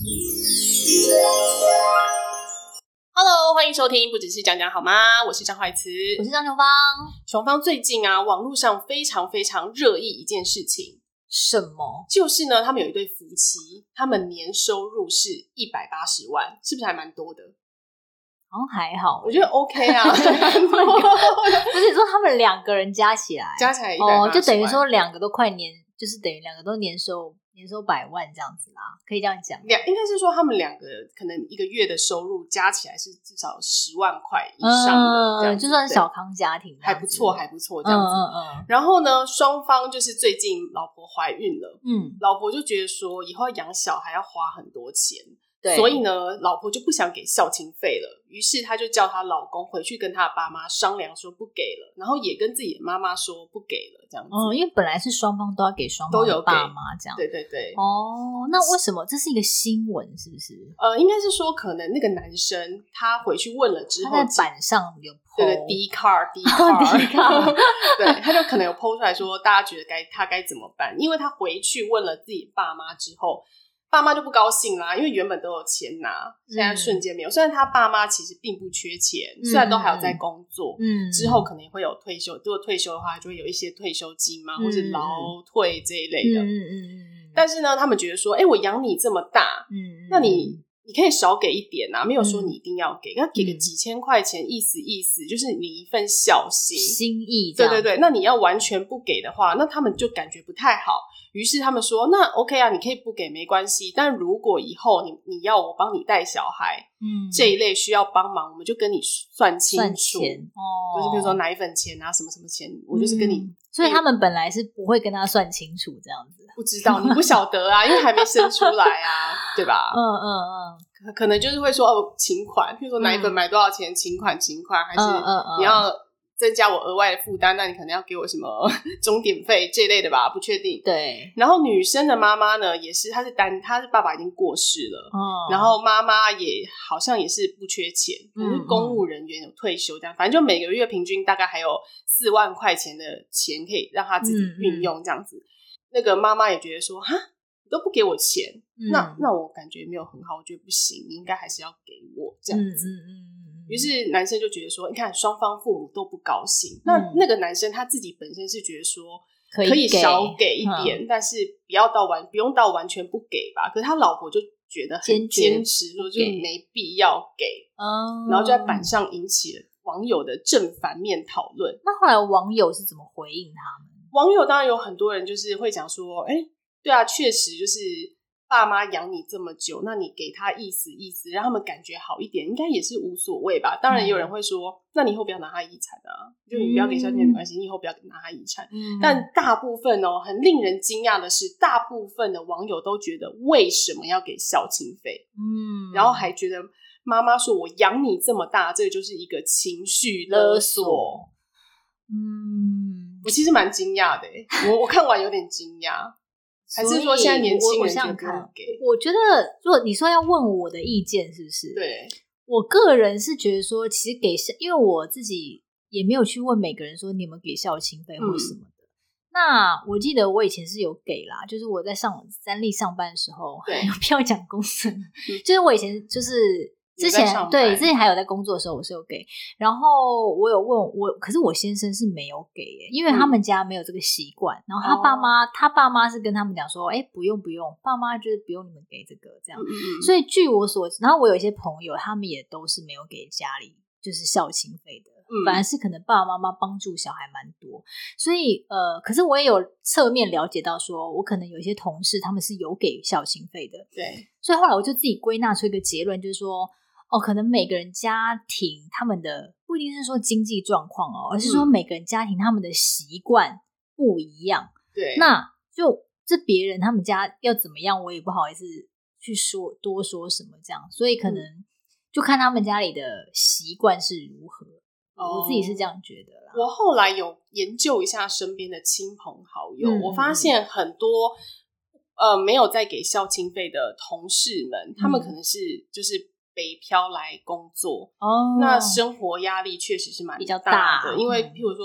Hello， 欢迎收听不只是讲讲好吗？我是张怀慈， 我是张琼芳。 琼芳最近啊，网络上非常非常热议一件事情， 什么？ 就是呢，他们有一对夫妻，他们年收入是180万，是不是还蛮多的？ 好像还好， 我觉得 OK 啊。 不是说他们两个人加起来 180万， 就等于说两个都快年，就是等于两个都年收100万这样子啦，可以这样讲。 应该是说他们两个可能一个月的收入加起来是至少10万块以上的，这样子就算是小康家庭还不错这样子。然后呢，双方就是最近老婆怀孕了，老婆就觉得说以后养小孩要花很多钱，所以呢，老婆就不想给孝亲费了，于是她就叫她老公回去跟她的爸妈商量说不给了，然后也跟自己的妈妈说不给了，这样子。 因为本来是双方都要给双方的爸妈这样。 对对对。 那为什么这是一个新闻是不是？ 应该是说可能那个男生他回去问了之后， 他在板上有 po， 对 Dcard 对，他就可能有 po 出来说大家觉得他该怎么办，因为他回去问了自己爸妈之后，爸妈就不高兴啦，因为原本都有钱拿，现在瞬间没有。虽然他爸妈其实并不缺钱，虽然都还有在工作，之后可能也会有退休，如果退休的话就会有一些退休金嘛，或是劳退这一类的。但是呢，他们觉得说，我养你这么大，那你可以少给一点啊，没有说你一定要给，要给个几千块钱，意思，就是你一份孝心意。 对对对，那你要完全不给的话，那他们就感觉不太好。于是他们说，那 OK 啊，你可以不给没关系，但如果以后你要我帮你带小孩，这一类需要帮忙，我们就跟你算清楚，就是比如说奶粉钱啊，什么什么钱，我就是跟你。 所以他们本来是不会跟他算清楚这样子。 不知道，你不晓得啊，因为还没生出来啊，对吧？可能就是会说请款，比如说奶粉买多少钱，请款，还是你要增加我额外的负担，那你可能要给我什么钟点费这一类的吧，不确定。 对。 然后女生的妈妈呢，也是，她是爸爸已经过世了，然后妈妈也好像也是不缺钱，可能是公务人员有退休这样，反正就每个月平均大概还有4万块钱的钱可以让她自己运用这样子。那个妈妈也觉得说，哈，你都不给我钱，那我感觉没有很好，我觉得不行，你应该还是要给我这样子。于是男生就觉得说，你看双方父母都不高兴，那个男生他自己本身是觉得说可以少给一点，但是不用到完全不给吧。可是他老婆就觉得很坚持说就没必要给，然后就在板上引起了网友的正反面讨论。 那后来网友是怎么回应他们？ 网友当然有很多人就是会讲说，对啊，确实就是爸妈养你这么久，那你给他意思，让他们感觉好一点，应该也是无所谓吧。当然也有人会说，那你以后不要拿他遗产啊，就你不要给孝亲没关系，你以后不要拿他遗产。但大部分很令人惊讶的是，大部分的网友都觉得为什么要给孝亲费？然后还觉得妈妈说我养你这么大，这个就是一个情绪勒索。我其实蛮惊讶的我看完有点惊讶。还是说现在年轻人就不用给？ 我觉得如果你说要问我的意见是不是？ 对， 我个人是觉得说其实因为我自己也没有去问每个人说你有没有给孝亲费或什么的。那我记得我以前是有给啦，就是我在三立上班的时候， 对， 不要讲公司就是我以前就是之前还有在工作的时候我是有给，然后我有问可是我先生是没有给因为他们家没有这个习惯，然后他爸妈是跟他们讲说不用，爸妈就是不用你们给这个这样。所以据我所知，然后我有一些朋友他们也都是没有给家里就是孝亲费的，反而是可能爸爸妈妈帮助小孩蛮多。所以可是我也有侧面了解到说我可能有一些同事他们是有给孝亲费的。 对， 所以后来我就自己归纳出一个结论，就是说可能每个人家庭他们的不一定是说经济状况而是说每个人家庭他们的习惯不一样。 对， 那就这别人他们家要怎么样，我也不好意思去多说什么这样，所以可能就看他们家里的习惯是如何。我自己是这样觉得啦。 我后来有研究一下身边的亲朋好友，我发现很多没有在给孝亲费的同事们，他们可能是就是北漂来工作，那生活压力确实是蛮大的，因为譬如说租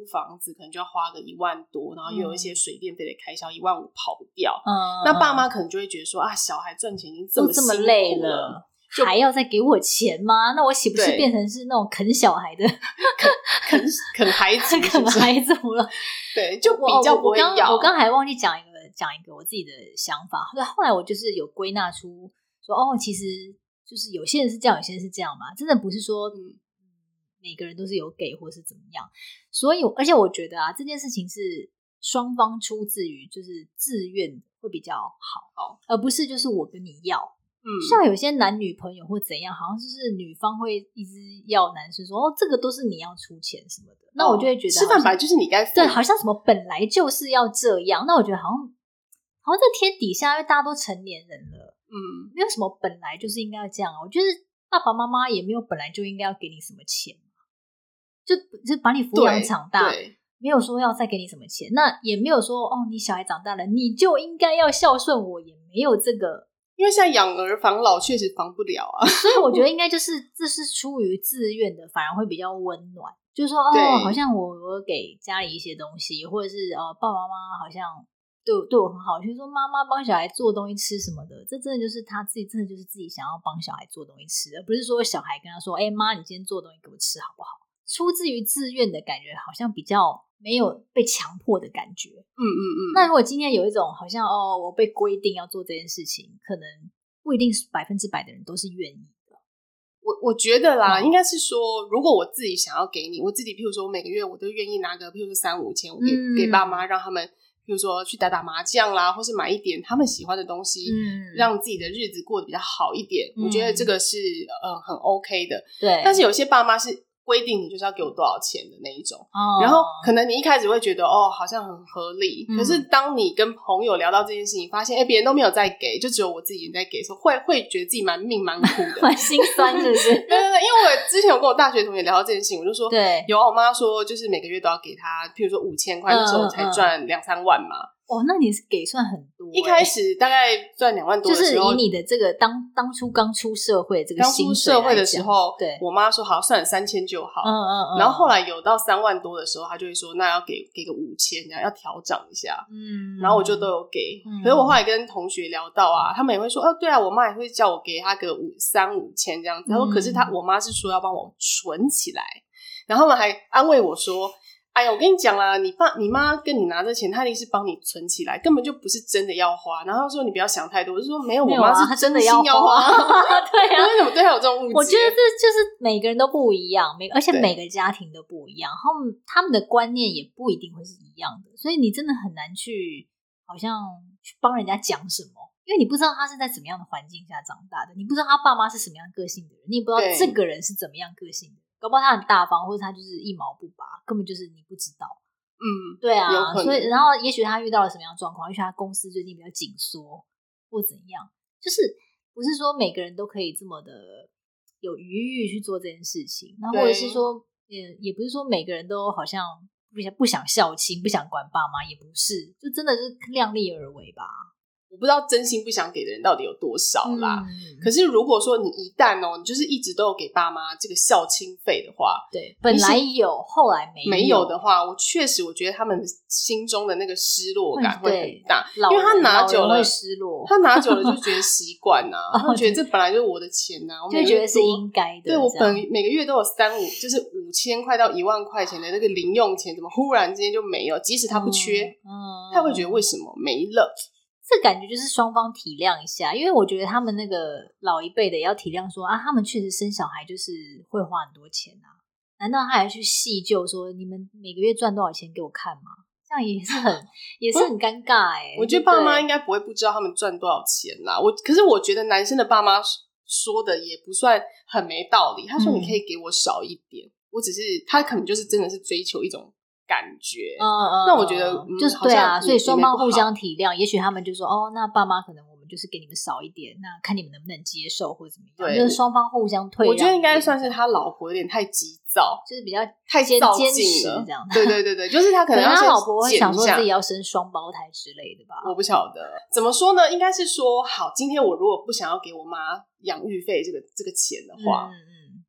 房子可能就要花个1万多，然后又有一些水电费的开销1万5跑不掉，那爸妈可能就会觉得说啊，小孩赚钱已经这么辛苦累了，还要再给我钱吗？那我岂不是变成是那种啃小孩的啃孩子啃孩子了？ 对，就比较不会要。 我刚还忘记讲一个我自己的想法，后来我就是有归纳出说，其实就是有些人是这样，有些人是这样嘛，真的不是说每个人都是有给或是怎么样。所以而且我觉得这件事情是双方出自于就是自愿会比较好，而不是就是我跟你要。像有些男女朋友或怎样，好像就是女方会一直要男生说这个都是你要出钱什么的，那我就会觉得吃饭本来就是你该付， 对，好像什么本来就是要这样，那我觉得好像在天底下，因为大家都成年人了，没有什么本来就是应该要这样。我觉得爸爸妈妈也没有本来就应该要给你什么钱，就把你抚养长大，没有说要再给你什么钱，那也没有说你小孩长大了你就应该要孝顺我，也没有这个。 因为现在养儿防老确实防不了啊， 所以我觉得应该就是这是出于自愿的，反而会比较温暖。就是说好像我给家里一些东西，或者是爸爸妈妈好像对我很好，就是说妈妈帮小孩做东西吃什么的，这真的就是他自己真的就是自己想要帮小孩做东西吃，而不是说小孩跟他说妈你今天做东西给我吃好不好，出自于自愿的感觉好像比较没有被强迫的感觉。那如果今天有一种好像我被规定要做这件事情，可能不一定是100%的人都是愿意的。 我觉得啦，应该是说如果我自己想要给你，我自己譬如说我每个月我都愿意拿个譬如说3-5千我给爸妈，让他们譬如说去打麻将啦，或是买一点他们喜欢的东西，让自己的日子过得比较好一点，我觉得这个是很 OK 的。 对， 但是有些爸妈是规定你就是要给我多少钱的那一种，然后可能你一开始会觉得好像很合理，可是当你跟朋友聊到这件事情，发现别人都没有在给，就只有我自己在给的时候，会觉得自己蛮命蛮苦的， 蛮心酸是不是？ 对，因为我之前有跟我大学同学聊到这件事情，我就说对， 有我妈说就是每个月都要给他譬如说5000块，那时候才赚2-3万嘛。 那你是给算很多一开始大概赚2万多的时候， 就是以你的这个当初刚出社会这个薪水刚出社会的时候， 对， 我妈说好算3000就好，然后后来有到3万多的时候，她就会说那要给个5000，这样要调整一下，然后我就都有给。可是我后来跟同学聊到他们也会说对啊，我妈也会叫我给她个3-5千这样子，她说可是我妈是说要帮我存起来，然后他们还安慰我说哎呀，我跟你讲啦，你妈跟你拿这钱，她一定是帮你存起来，根本就不是真的要花。然后说你不要想太多，我就说没有，我妈是真的要花。 对啊， 为什么对她有这种误解？ 我觉得这就是每个人都不一样，而且每个家庭都不一样，他们的观念也不一定会是一样的，所以你真的很难去好像去帮人家讲什么，因为你不知道他是在怎么样的环境下长大的，你不知道他爸妈是什么样个性的人，你也不知道这个人是怎么样个性的。搞不好他很大方，或者他就是一毛不拔，根本就是你不知道。对啊，所以然后也许他遇到了什么样的状况，也许他公司最近比较紧缩或怎样，就是不是说每个人都可以这么的有余裕去做这件事情，那或者是说也不是说每个人都好像不想孝亲，不想管爸妈，也不是，就真的是量力而为吧。 我不知道真心不想给的人到底有多少啦，可是如果说你一旦你就是一直都有给爸妈这个孝亲费的话， 对，本来有后来没有的话，我觉得他们心中的那个失落感会很大，因为他拿久了会失落，他拿久了就觉得习惯啊，他觉得这本来就是我的钱啊，我就觉得是应该的。 对，我每个月都有3-5就是5000块到1万块钱的那个零用钱，怎么忽然之间就没有？即使他不缺，他会觉得为什么没了？ 这感觉就是双方体谅一下，因为我觉得他们那个老一辈的也要体谅说他们确实生小孩就是会花很多钱啊，难道他还去细究说你们每个月赚多少钱给我看吗？这样也是很尴尬我觉得爸妈应该不会不知道他们赚多少钱啦。可是我觉得男生的爸妈说的也不算很没道理，他说你可以给我少一点，我只是他可能就是真的是追求一种感觉，那我觉得就是对啊，所以双方互相体谅，也许他们就说那爸妈可能我们就是给你们少一点，那看你们能不能接受或者怎么样，就是双方互相退让。 我觉得应该算是他老婆有点太急躁， 就是比较太坚持了这样。 对，就是他可能他老婆会想说自己要生双胞胎之类的吧， 我不晓得怎么说呢，应该是说好，今天我如果不想要给我妈养育费这个钱的话，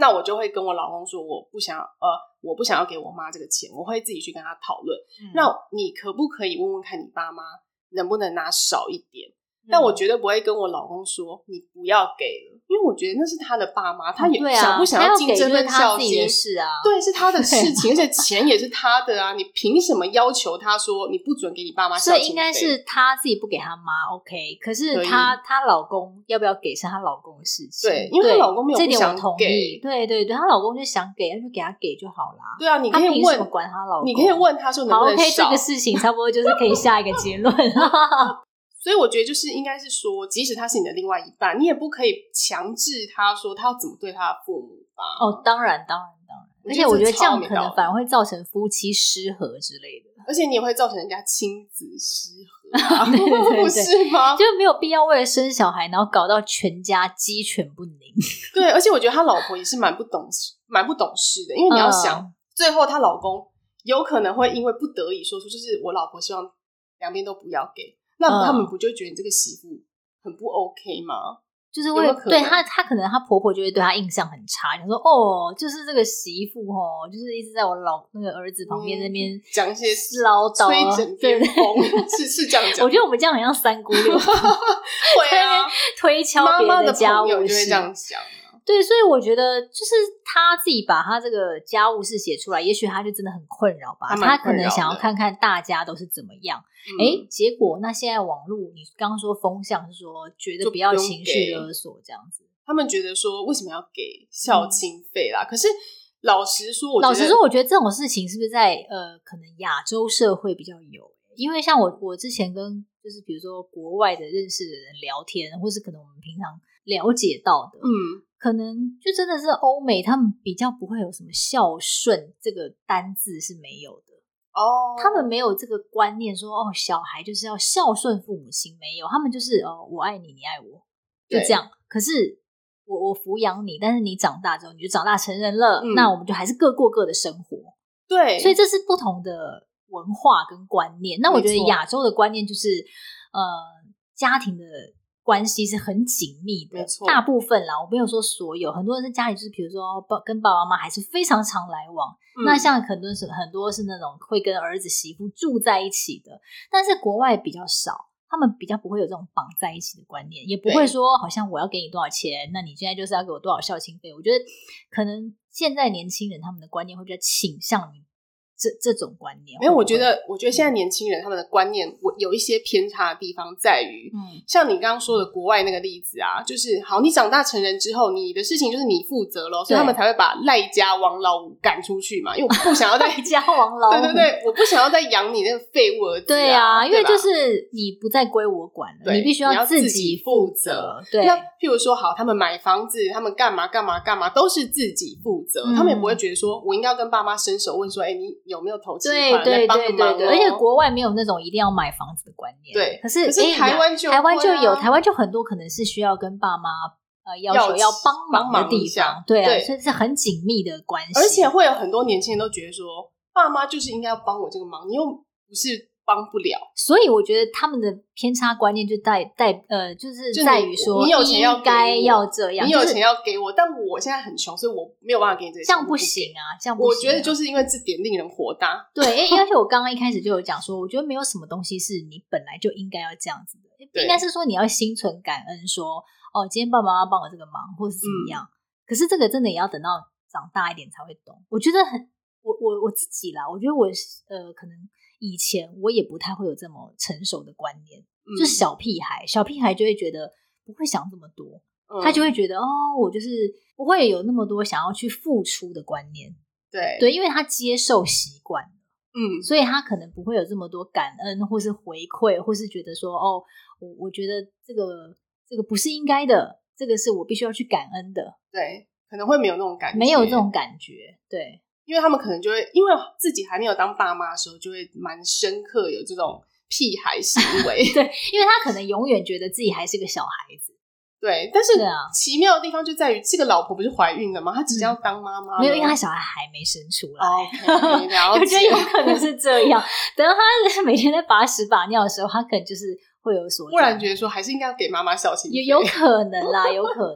那我就会跟我老公说我不想要给我妈这个钱，我会自己去跟他讨论，那你可不可以问问看你爸妈能不能拿少一点，但我绝对不会跟我老公说你不要给了，因为我觉得那是他的爸妈，他也想不想要竞争跟孝心，对，是他的事情，而且钱也是他的啊，你凭什么要求他说你不准给你爸妈孝心费？ 所以应该是他自己不给他妈 OK， 可是她老公要不要给是她老公的事情， 对，因为她老公没有不想给， 对，她老公就想给，那就给他给就好啦。 对啊，你可以问， 他凭什么管她老公？ 你可以问他说能不能少。 好 OK， 这个事情差不多就是可以下一个结论。 所以我觉得就是应该是说，即使他是你的另外一半，你也不可以强制他说他要怎么对他的父母吧。 当然，而且我觉得这样可能反而会造成夫妻失和之类的， 而且你也会造成人家亲子失和啊。对，不是吗？ 就没有必要为了生小孩然后搞到全家鸡犬不宁。 对，而且我觉得他老婆也是蛮不懂事的，因为你要想最后他老公有可能会因为不得已说出就是我老婆希望两边都不要给，那他们不就觉得你这个媳妇很不 OK 吗？ 就是会对她可能她婆婆就会对她印象很差，你说就是这个媳妇就是一直在我那个儿子旁边那边讲一些唠叨吹枕边风，是这样讲。 我觉得我们这样很像三姑六婆， 会啊， 推敲别人的家务事， 妈妈的朋友就会这样想。 对，所以我觉得就是他自己把他这个家务事写出来，也许他就真的很困扰吧，他可能想要看看大家都是怎么样。结果那现在网络你刚刚说风向是说觉得不要情绪勒索这样子， 他们觉得说为什么要给孝亲费啦，可是老实说我觉得这种事情是不是在可能亚洲社会比较有，因为像我之前跟就是比如说国外的认识的人聊天，或是可能我们平常了解到的可能就真的是欧美他们比较不会有什么孝顺这个单字是没有的他们没有这个观念说小孩就是要孝顺父母亲，没有，他们就是我爱你你爱我就这样，可是我抚养你，但是你长大之后你就长大成人了那我们就还是各过各的生活， 对， 所以这是不同的文化跟观念。那我觉得亚洲的观念就是家庭的关系是很紧密的，大部分啦，我没有说所有，很多人是家里就是比如说跟爸爸妈妈还是非常常来往那像很多是那种会跟儿子媳妇住在一起的，但是国外比较少，他们比较不会有这种绑在一起的观念，也不会说好像我要给你多少钱，那你现在就是要给我多少孝亲费。我觉得可能现在年轻人他们的观念会比较倾向于这种观念。 没有，我觉得现在年轻人他们的观念有一些偏差的地方在于像你刚刚说的国外那个例子啊，就是好，你长大成人之后你的事情就是你负责咯，所以他们才会把赖家王老五赶出去嘛，因为我不想要再赖家王老五对，我不想要再养你那个废物儿子对啊，因为就是你不再归我管了，你必须要自己负责。对， 那譬如说好，他们买房子，他们干嘛都是自己负责他们也不会觉得说我应该要跟爸妈伸手问说你有没有投资款来帮个忙而且国外没有那种一定要买房子的观念。 对， 可是台湾就有， 台湾就很多可能是需要跟爸妈要求要帮忙的地方。对啊，所以是很紧密的关系。 而且会有很多年轻人都觉得说爸妈就是应该要帮我这个忙，你又不是帮不了。 所以我觉得他们的偏差观念就就是在于说你有钱要应该要这样， 你有钱要给我，但我现在很穷，所以我没有办法给你这个钱， 这样不行啊，这样不行。 我觉得就是因为这点令人火大。 对，而且我刚刚一开始就有讲说，我觉得没有什么东西是你本来就应该要这样子的，应该是说你要心存感恩说今天爸爸妈妈帮我这个忙或是怎么样可是这个真的也要等到长大一点才会懂。我觉得我自己啦，我觉得我可能以前我也不太会有这么成熟的观念就是小屁孩就会觉得不会想这么多他就会觉得我就是不会有那么多想要去付出的观念。对，因为他接受习惯了所以他可能不会有这么多感恩或是回馈，或是觉得说我觉得这个不是应该的，这个是我必须要去感恩的。 对，可能会没有那种感觉， 没有这种感觉。对， 因为他们可能就会因为自己还没有当爸妈的时候就会蛮深刻有这种屁孩行为对，因为他可能永远觉得自己还是个小孩子。 对，但是奇妙的地方就在于这个老婆不是怀孕了吗？她即将当妈妈没有，因为她小孩还没生出来。 Okay, 了解我觉得有可能是这样等到她每天在把屎把尿的时候，她可能就是会有所忽然觉得说还是应该要给妈妈孝心费， 有可能啦有可能啦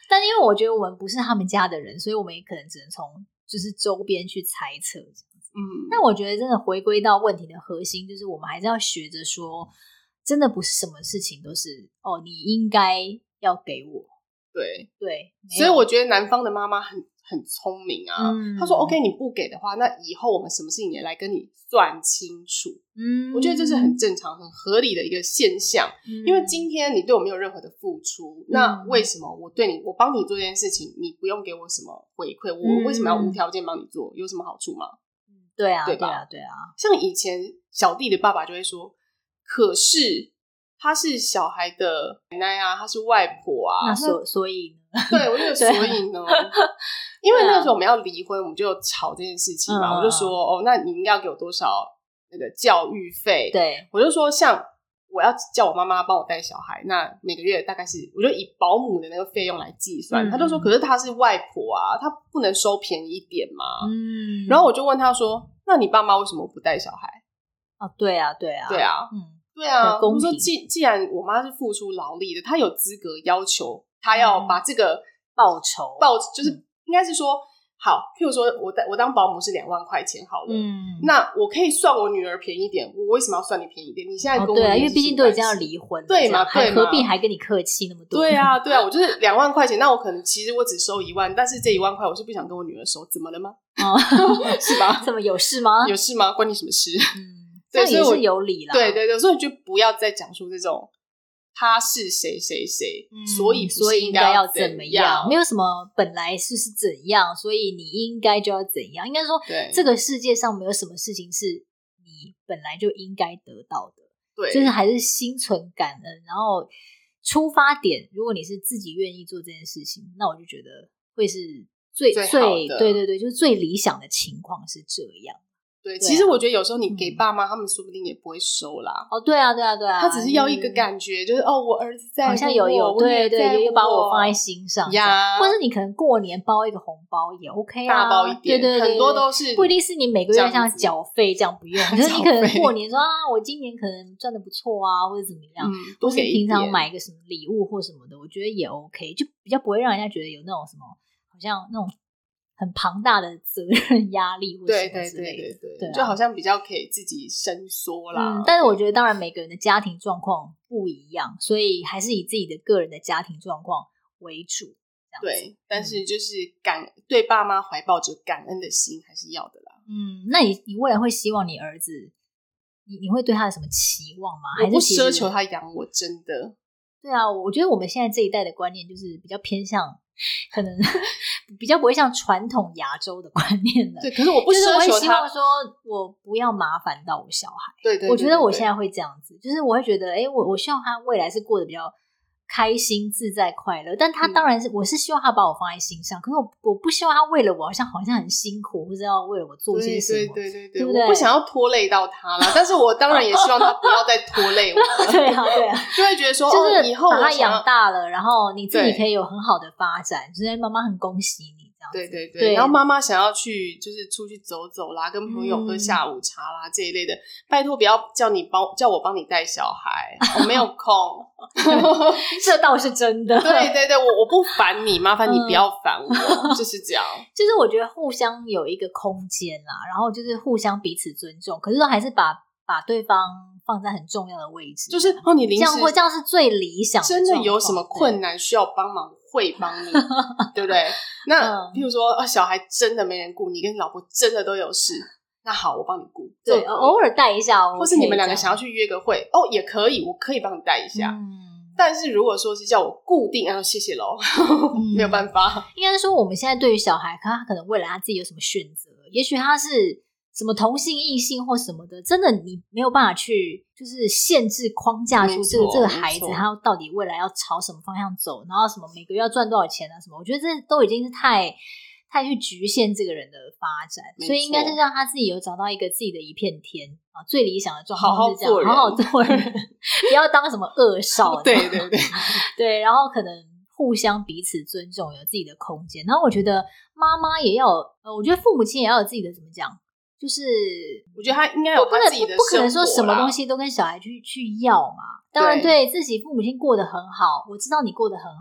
但因为我觉得我们不是他们家的人，所以我们也可能只能从就是周边去猜测这样子。但我觉得真的回归到问题的核心，就是我们还是要学着说，真的不是什么事情都是你应该要给我。 对， 所以我觉得南方的妈妈很聪明啊。她说 OK 你不给的话，那以后我们什么事情也来跟你算清楚。我觉得这是很正常很合理的一个现象。因为今天你对我没有任何的付出，那为什么我帮你做这件事情，你不用给我什么回馈？我为什么要无条件帮你做？有什么好处吗？ 对啊， 对吧？ 对啊。 像以前小弟的爸爸就会说，可是他是小孩的奶奶啊，他是外婆啊， 那所以呢？ 对，我就有所以呢，因为那个时候我们要离婚，我们就有吵这件事情嘛。我就说那你应该要给我多少那个教育费？ 对， 我就说像我要叫我妈妈帮我带小孩，那每个月大概是我就以保姆的那个费用来计算。他就说可是他是外婆啊，他不能收便宜一点吗？然后我就问他说那你爸妈为什么不带小孩？ 对啊， 对啊，我说既然我妈是付出劳力的，她有资格要求她要把这个报酬就是应该是说好，譬如说我当保姆是2万块钱好了，那我可以算我女儿便宜点，我为什么要算你便宜点？你现在跟我对啊，因为毕竟都已经要离婚了， 对嘛， 何必还跟你客气那么多？ 对啊，我就是2万块钱，那我可能其实我只收1万，但是这1万块我是不想跟我女儿收，怎么了吗？是吧？ 怎么有事吗？ 有事吗？关你什么事？ 对，也是有理啦。 对，所以就不要再讲出这种他是谁谁谁，所以应该要怎么样，没有什么本来是怎样，所以你应该就要怎样。应该说这个世界上没有什么事情是你本来就应该得到的。对，就是还是心存感恩，然后出发点如果你是自己愿意做这件事情，那我就觉得会是最好的。对，就是最理想的情况是这样。 对，其实我觉得有时候你给爸妈，他们说不定也不会收啦。 对啊， 他只是要一个感觉，就是我儿子在乎我， 好像有对，有把我放在心上呀。或者你可能过年包一个红包也 OK 啊， 大包一点，对，很多都是不一定是你每个月像缴费这样不用，可是你可能过年说我今年可能赚得不错啊，或者怎么样，或是平常买一个什么礼物或什么的，我觉得也 OK， 就比较不会让人家觉得有那种什么好像那种很庞大的责任压力或什么之类的， 对，就好像比较可以自己伸缩啦。 但是我觉得当然每个人的家庭状况不一样，所以还是以自己的个人的家庭状况为主。 对，但是就是对爸妈怀抱着感恩的心还是要的啦。 那你未来会希望你儿子，你会对他有什么期望吗？ 我不奢求他养我，真的。 对啊，我觉得我们现在这一代的观念就是比较偏向可能比较不会像传统亚洲的观念了。 对，可是我不奢求他， 就是我希望说我不要麻烦到我小孩。 对， 我觉得我现在会这样子，就是我会觉得我希望他未来是过得比较开心自在快乐，但他当然是我是希望他把我放在心上，可是我不希望他为了我好像很辛苦，或者要为了我做些什么。对不对？ 我不想要拖累到他啦，但是我当然也希望他不要再拖累我了。 对啊， 就会觉得说就是以后把他养大了，然后你自己可以有很好的发展，就是妈妈很恭喜你这样子。 对，然后妈妈想要去就是出去走走啦，跟朋友喝下午茶啦这一类的，拜托不要叫我帮你带小孩，我没有空。 这倒是真的。 对，我不烦你，麻烦你不要烦我，就是这样。 就是我觉得互相有一个空间啦，然后就是互相彼此尊重，可是都还是把对方放在很重要的位置， 就是你临时这样是最理想的。 真的有什么困难需要帮忙会帮你，对不对？那譬如说小孩真的没人顾，你跟你老婆真的都有事，那好，我帮你顾。 对，偶尔带一下， 或是你们两个想要去约个会也可以，我可以帮你带一下。但是如果说是叫我固定，谢谢咯没有办法。 应该是说我们现在对于小孩，他可能未来他自己有什么选择，也许他是什么同性异性或什么的，真的你没有办法去就是限制框架出这个孩子他到底未来要朝什么方向走，然后什么每个月要赚多少钱啊什么，我觉得这都已经是太去局限这个人的发展，所以应该是让他自己有找到一个自己的一片天啊，最理想的状况是这样，好好做人不要当什么恶少。 对对，然后可能互相彼此尊重，有自己的空间。然后我觉得妈妈也要我觉得父母亲也要有自己的怎么讲，就是我觉得他应该有他自己的生活啦， 不可能说什么东西都跟小孩去要嘛。当然对自己父母亲过得很好，我知道你过得很好，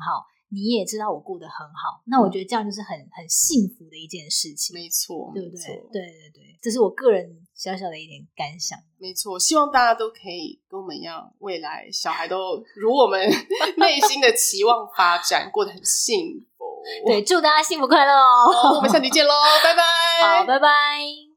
你也知道我过得很好，那我觉得这样就是很幸福的一件事情。 没错， 对不对？对对对，这是我个人小小的一点感想。 没错，希望大家都可以跟我们一样，未来小孩都如我们内心的期望发展，过得很幸福。 对，祝大家幸福快乐哦！ 我们下期见喽，拜拜。 好，拜拜。